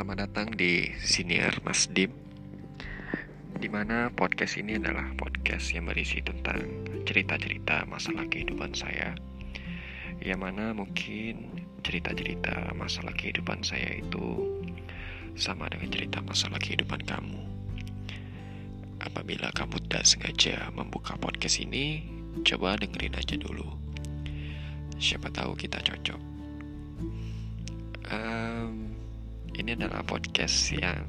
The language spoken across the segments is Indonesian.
selamat datang di Senior Mas Dim, dimana podcast ini adalah podcast yang berisi tentang cerita-cerita masalah kehidupan saya, yang mana mungkin cerita-cerita masalah kehidupan saya itu sama dengan cerita masalah kehidupan kamu. Apabila kamu tidak sengaja membuka podcast ini, coba dengerin aja dulu. Siapa tahu kita cocok. Ini adalah podcast yang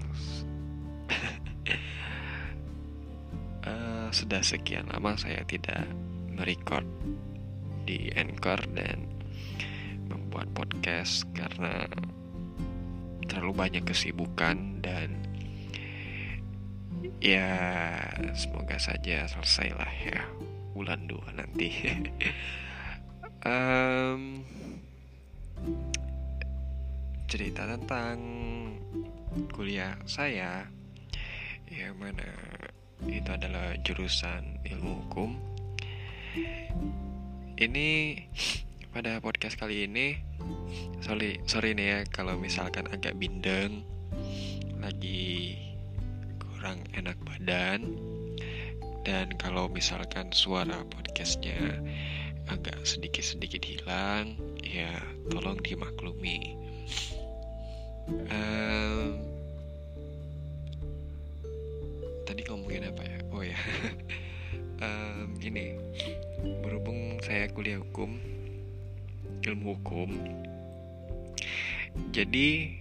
sudah sekian lama saya tidak merecord di Anchor dan membuat podcast karena terlalu banyak kesibukan, dan ya semoga saja selesai lah ya bulan 2 nanti. Cerita tentang kuliah saya, yang mana itu adalah jurusan ilmu hukum. Ini pada podcast kali ini sorry nih ya kalau misalkan agak bindeng, lagi kurang enak badan, dan kalau misalkan suara podcastnya agak sedikit hilang, ya tolong dimaklumi. Tadi ngomongin apa ya? Oh ya, ini berhubung saya kuliah hukum, ilmu hukum, jadi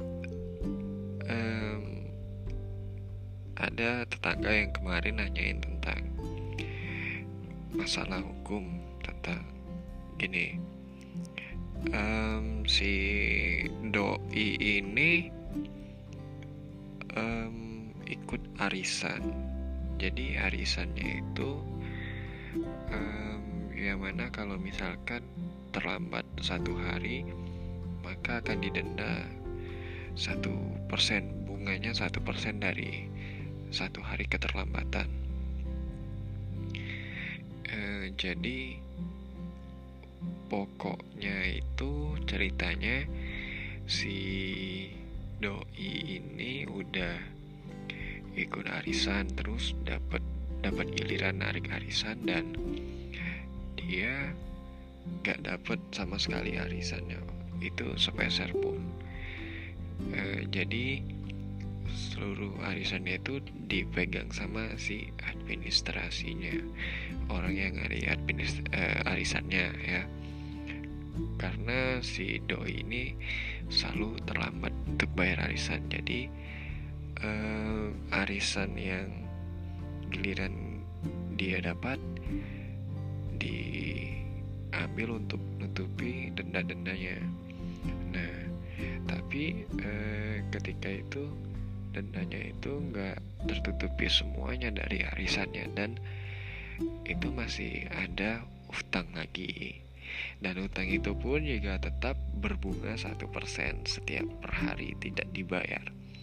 ada tetangga yang kemarin nanyain tentang masalah hukum, tentang gini. Si doi ini ikut arisan. Jadi arisannya itu yang mana kalau misalkan terlambat 1 hari, maka akan didenda 1%, bunganya 1% dari 1 hari keterlambatan. Jadi pokoknya itu ceritanya si doi ini udah ikut arisan, terus dapat giliran narik arisan, dan dia gak dapat sama sekali arisannya itu sepeser pun. Jadi seluruh arisannya itu dipegang sama si administrasinya, orang yang ngari arisannya ya. Karena si doi ini selalu terlambat untuk bayar arisan, jadi arisan yang giliran dia dapat diambil untuk nutupi denda-dendanya. Nah, tapi ketika itu dendanya itu nggak tertutupi semuanya dari arisannya, dan itu masih ada utang lagi. Dan utang itu pun juga tetap berbunga 1% setiap per hari tidak dibayar.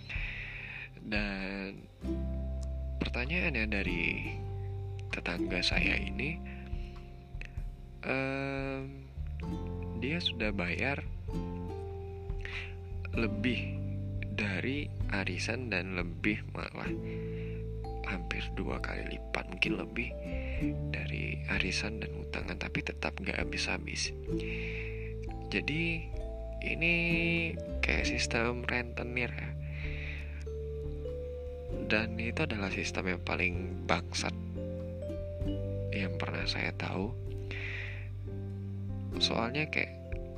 Dan pertanyaannya dari tetangga saya ini, dia sudah bayar lebih dari arisan, dan lebih malah hampir 2 kali lipat, mungkin lebih dari arisan dan utangan, tapi tetap gak habis-habis. Jadi ini kayak sistem rentenir ya, dan itu adalah sistem yang paling bangsat yang pernah saya tahu. Soalnya kayak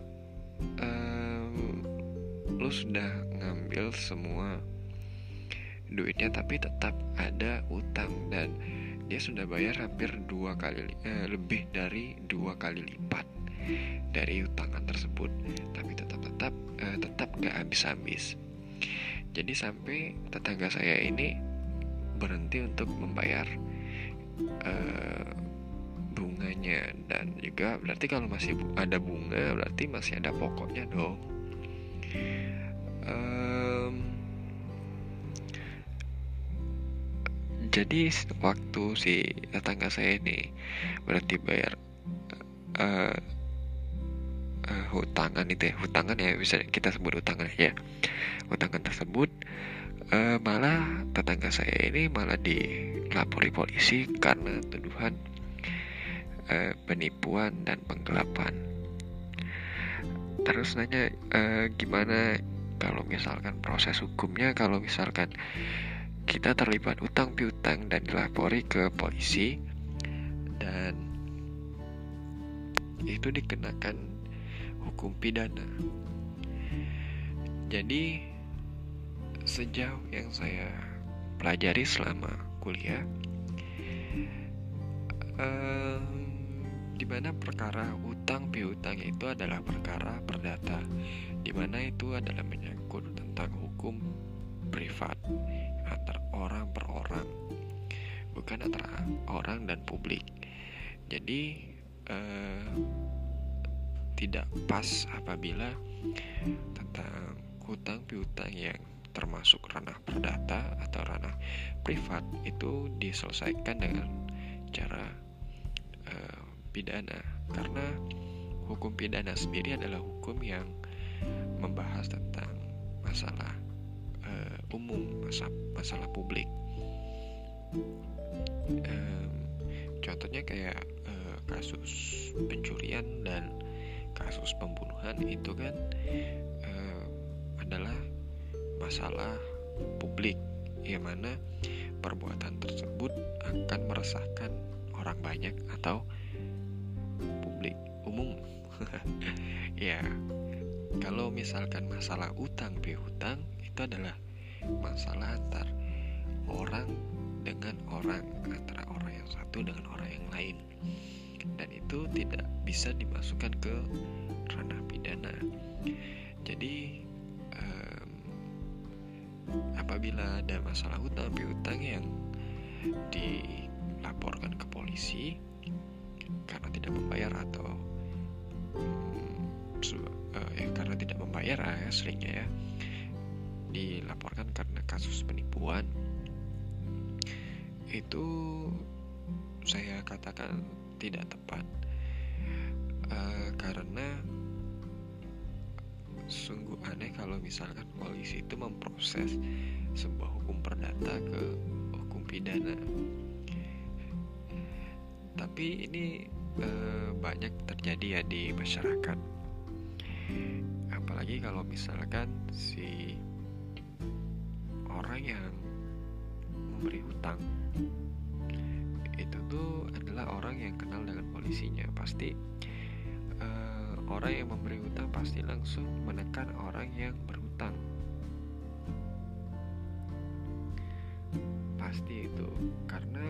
lu sudah ngambil semua duitnya, tapi tetap ada utang, dan dia sudah bayar hampir lebih dari 2 kali lipat dari utangan tersebut, tapi tetap gak habis-habis. Jadi sampai tetangga saya ini berhenti untuk membayar bunganya, dan juga berarti kalau masih ada bunga berarti masih ada pokoknya dong. Jadi waktu si tetangga saya ini berhenti bayar hutangan ya, bisa kita sebut hutangan ya. Hutangan tersebut malah tetangga saya ini malah dilapori polisi karena tuduhan penipuan dan penggelapan. Terus nanya gimana kalau misalkan proses hukumnya, kalau misalkan kita terlibat utang piutang dan dilapori ke polisi dan itu dikenakan hukum pidana. Jadi sejauh yang saya pelajari selama kuliah, di mana perkara utang piutang itu adalah perkara perdata, di mana itu adalah menyangkut tentang hukum privat antara orang per orang, bukan antara orang dan publik. Jadi tidak pas apabila tentang hutang piutang yang termasuk ranah perdata atau ranah privat itu diselesaikan dengan cara pidana, karena hukum pidana sendiri adalah hukum yang membahas tentang masalah umum, masalah publik. Contohnya kayak kasus pencurian dan kasus pembunuhan itu kan adalah masalah publik, yang mana perbuatan tersebut akan meresahkan orang banyak atau publik umum. Ya, kalau misalkan masalah utang piutang itu adalah masalah antar orang dengan orang, antara orang yang satu dengan orang yang lain, dan itu tidak bisa dimasukkan ke ranah pidana. Jadi apabila ada masalah hutang piutang yang dilaporkan ke polisi karena tidak membayar atau karena tidak membayar ya, seringnya ya dilaporkan karena kasus penipuan, itu saya katakan tidak tepat, karena sungguh aneh kalau misalkan polisi itu memproses sebuah hukum perdata ke hukum pidana. Tapi ini banyak terjadi ya di masyarakat, apalagi kalau misalkan si orang yang memberi hutang itu tuh adalah orang yang kenal dengan polisinya. Pasti orang yang memberi hutang pasti langsung menekan orang yang berhutang, pasti itu, karena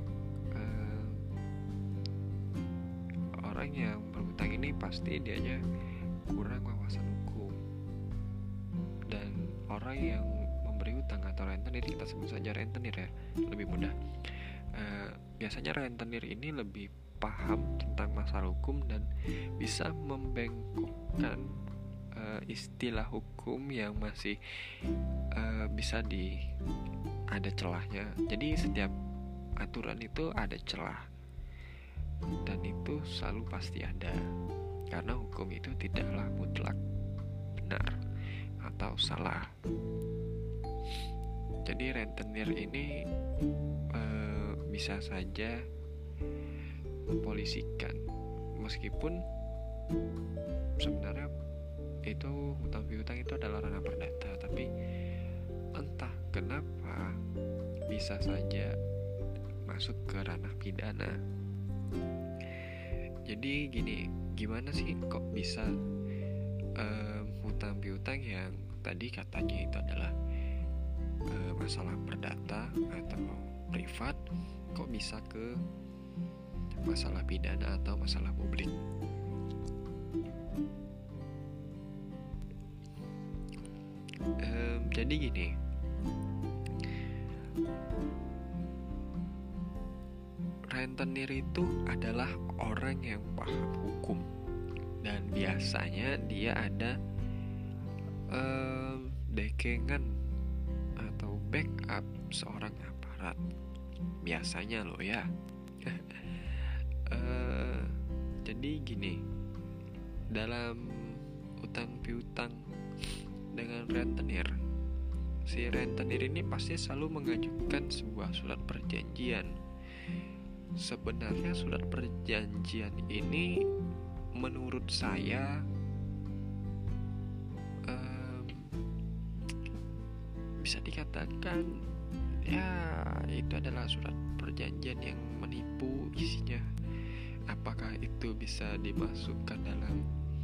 orang yang berhutang ini pasti dianya kurang wawasan hukum. Dan orang yang memberi hutang atau rentenir, kita sebut saja rentenir ya, lebih mudah. Biasanya rentenir ini lebih paham tentang masalah hukum dan bisa membengkokkan istilah hukum yang masih bisa ada celahnya. Jadi setiap aturan itu ada celah, dan itu selalu pasti ada, karena hukum itu tidaklah mutlak benar atau salah. Jadi rentenir ini bisa saja mempolisikan, meskipun sebenarnya itu hutang piutang itu adalah ranah perdata, tapi entah kenapa bisa saja masuk ke ranah pidana. Jadi gini, gimana sih kok bisa hutang piutang yang tadi katanya itu adalah masalah perdata atau privat, kok bisa ke masalah pidana atau masalah publik? Jadi gini, rentenir itu adalah orang yang paham hukum, dan biasanya dia ada dekengan atau backup seorang aparat, biasanya loh ya. Jadi gini, dalam utang piutang dengan rentenir, si rentenir ini pasti selalu mengajukan sebuah surat perjanjian. Sebenarnya surat perjanjian ini menurut saya bisa dikatakan ya itu adalah surat perjanjian yang menipu isinya. Apakah itu bisa dimasukkan dalam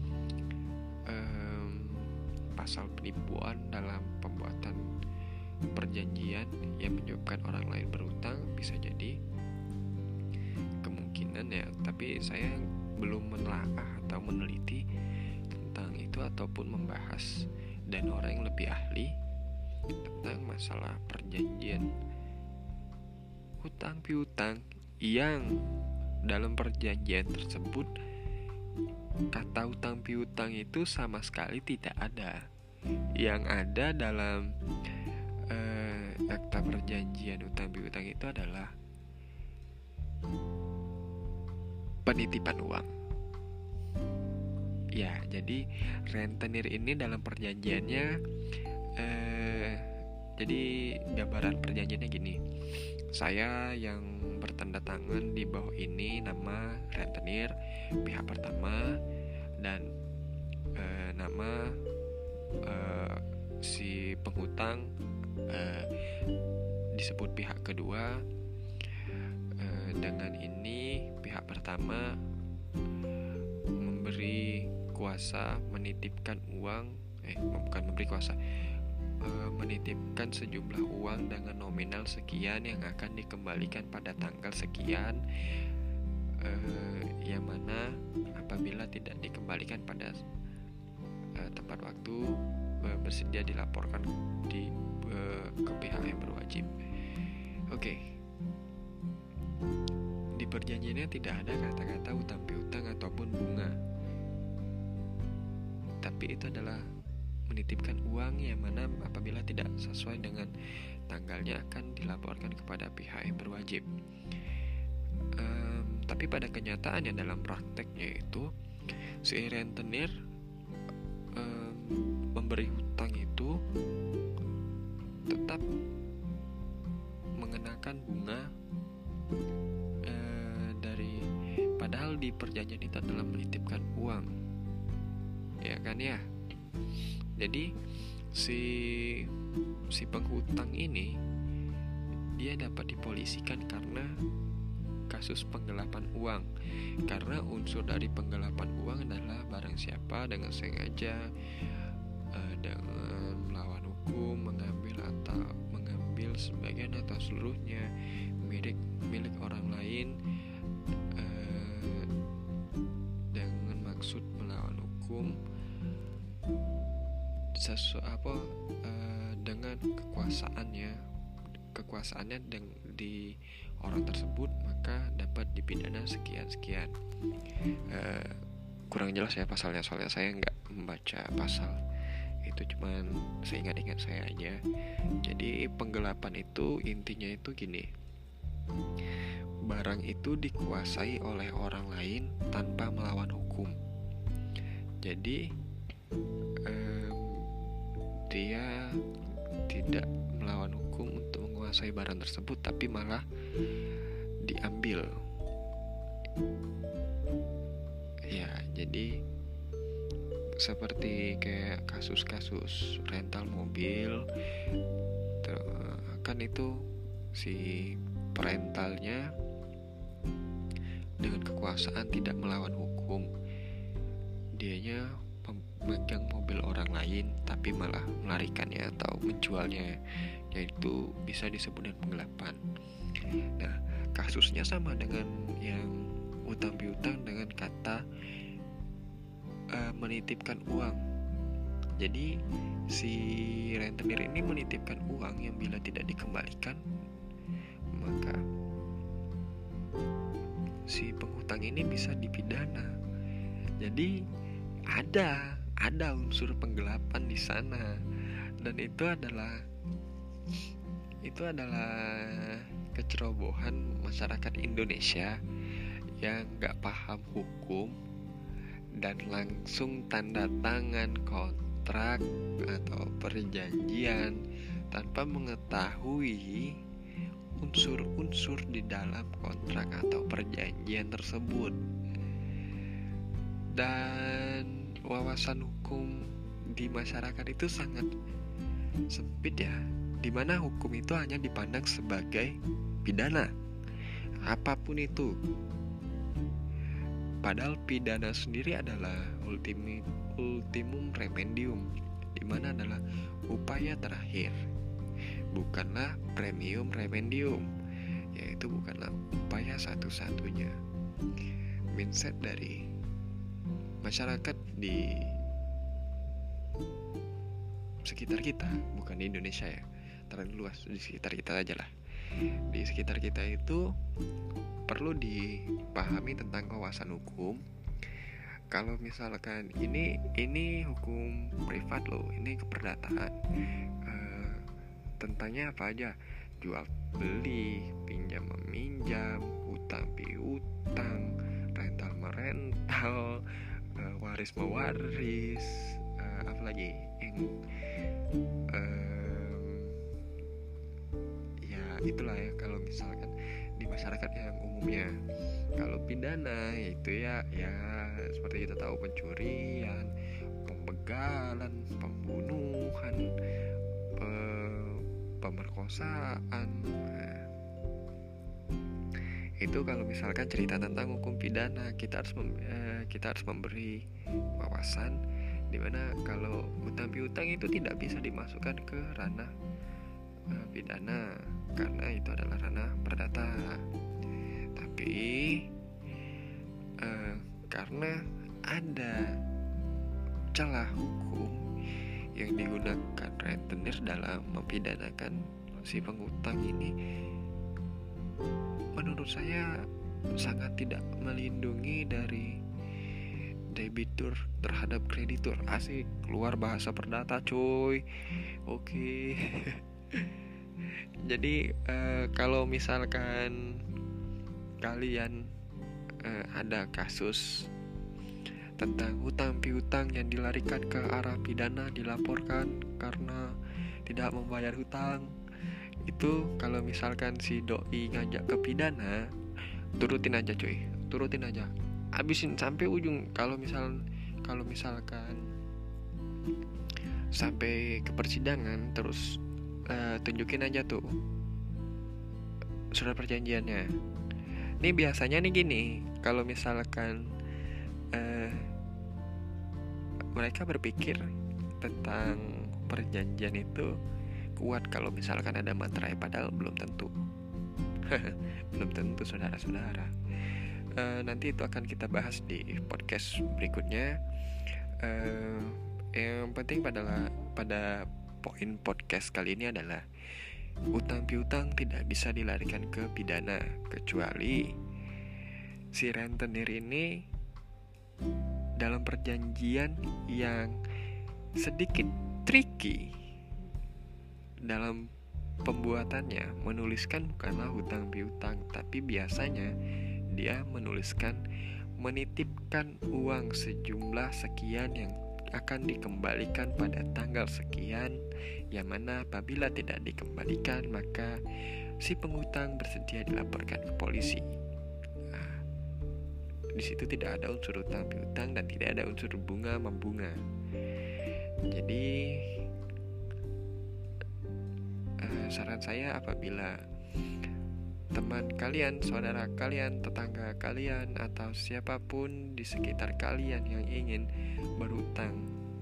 pasal penipuan dalam pembuatan perjanjian yang menyebabkan orang lain berutang? Bisa jadi kemungkinan ya, tapi saya belum menelaah atau meneliti tentang itu ataupun membahas dan orang yang lebih ahli tentang masalah perjanjian hutang piutang yang dalam perjanjian tersebut kata hutang piutang itu sama sekali tidak ada. Yang ada dalam akta perjanjian hutang piutang itu adalah penitipan uang. Ya, jadi rentenir ini dalam perjanjiannya jadi gambaran perjanjiannya gini. Saya yang bertanda tangan di bawah ini nama rentenir pihak pertama dan nama si penghutang disebut pihak kedua. Dengan ini pihak pertama memberi kuasa menitipkan uang, bukan memberi kuasa, menitipkan sejumlah uang dengan nominal sekian yang akan dikembalikan pada tanggal sekian, yang mana apabila tidak dikembalikan pada tepat waktu bersedia dilaporkan ke pihak yang berwajib. Oke. Di perjanjiannya tidak ada kata-kata hutang piutang ataupun bunga, tapi itu adalah menitipkan uang yang mana apabila tidak sesuai dengan tanggalnya akan dilaporkan kepada pihak yang berwajib. Tapi pada kenyataannya dalam prakteknya itu si rentenir memberi hutang itu tetap mengenakan bunga padahal di perjanjian itu adalah menitipkan uang, ya kan ya. Jadi si penghutang ini dia dapat dipolisikan karena kasus penggelapan uang. Karena unsur dari penggelapan uang adalah barang siapa dengan sengaja dengan melawan hukum mengambil sebagian atau seluruhnya milik orang lain dengan maksud melawan hukum dengan kekuasaannya di orang tersebut, maka dapat dipidana sekian. Kurang jelas ya pasalnya, soalnya saya nggak membaca pasal itu, cuman seingat-ingat saya aja. Jadi penggelapan itu intinya itu gini, barang itu dikuasai oleh orang lain tanpa melawan hukum. Jadi dia tidak melawan hukum untuk menguasai barang tersebut, tapi malah diambil. Ya, jadi seperti kayak kasus-kasus rental mobil, kan itu si perentalnya dengan kekuasaan tidak melawan hukum, dianya memegang mobil orang lain tapi malah melarikannya atau menjualnya, yaitu bisa disebut dengan penggelapan. Nah, kasusnya sama dengan yang utang piutang dengan kata menitipkan uang. Jadi si rentenir ini menitipkan uang yang bila tidak dikembalikan, maka si penghutang ini bisa dipidana. Jadi ada unsur penggelapan di sana, dan itu adalah kecerobohan masyarakat Indonesia yang nggak paham hukum dan langsung tanda tangan kontrak atau perjanjian tanpa mengetahui unsur-unsur di dalam kontrak atau perjanjian tersebut. Dan wawasan hukum di masyarakat itu sangat sempit ya, dimana hukum itu hanya dipandang sebagai pidana, apapun itu. Padahal pidana sendiri adalah ultimum remedium, dimana adalah upaya terakhir, bukanlah premium remedium, yaitu bukanlah upaya satu-satunya. Mindset dari masyarakat di sekitar kita, bukan di Indonesia ya, terlalu luas, di sekitar kita aja lah. Di sekitar kita itu perlu dipahami tentang kawasan hukum. Kalau misalkan ini hukum privat loh, ini keperdataan, tentangnya apa aja? Jual beli, pinjam meminjam, utang piutang, rental merental, waris mewaris, apa lagi yang ya itulah ya, kalau misalkan di masyarakat yang umumnya. Kalau pidana itu ya seperti kita tahu, pencurian, pembegalan, pembunuhan, pemerkosaan. Itu kalau misalkan cerita tentang hukum pidana, kita harus memberi wawasan dimana kalau utang piutang itu tidak bisa dimasukkan ke ranah pidana karena itu adalah ranah perdata. Tapi karena ada celah hukum yang digunakan rentenir dalam mempidanakan si pengutang ini, menurut saya sangat tidak melindungi dari debitur terhadap kreditur. Asik, keluar bahasa perdata cuy. Oke. Jadi kalau misalkan kalian ada kasus tentang hutang piutang yang dilarikan ke arah pidana, dilaporkan karena tidak membayar hutang, itu kalau misalkan si doi ngajak ke pidana, turutin aja cuy, turutin aja, habisin sampai ujung. Kalau misalkan sampai ke persidangan, terus tunjukin aja tuh surat perjanjiannya. Ini biasanya nih gini, kalau misalkan mereka berpikir tentang perjanjian itu kuat kalau misalkan ada materai, padahal belum tentu. Belum tentu saudara-saudara. Nanti itu akan kita bahas di podcast berikutnya. Yang penting pada poin podcast kali ini adalah utang piutang tidak bisa dilarikan ke pidana, kecuali si rentenir ini dalam perjanjian yang sedikit tricky dalam pembuatannya, menuliskan bukanlah hutang piutang, tapi biasanya dia menuliskan menitipkan uang sejumlah sekian yang akan dikembalikan pada tanggal sekian, yang mana apabila tidak dikembalikan maka si pengutang bersedia dilaporkan ke polisi. Nah, di situ tidak ada unsur hutang piutang dan tidak ada unsur bunga membunga. Jadi saran saya, apabila teman kalian, saudara kalian, tetangga kalian, atau siapapun di sekitar kalian yang ingin berhutang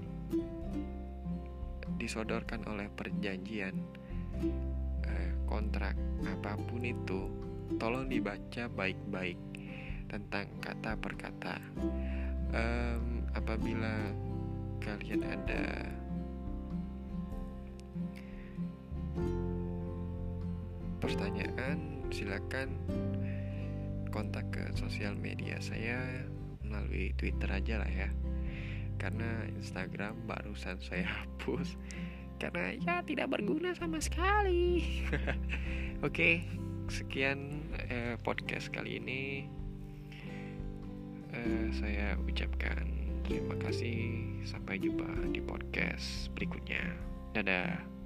disodorkan oleh perjanjian, kontrak, apapun itu, tolong dibaca baik-baik tentang kata per kata. Apabila kalian ada pertanyaan, silakan kontak ke sosial media saya melalui Twitter aja lah ya, karena Instagram barusan saya hapus karena ya tidak berguna sama sekali. Oke, sekian podcast kali ini. Saya ucapkan Terima kasih, sampai jumpa di podcast berikutnya. Dadah.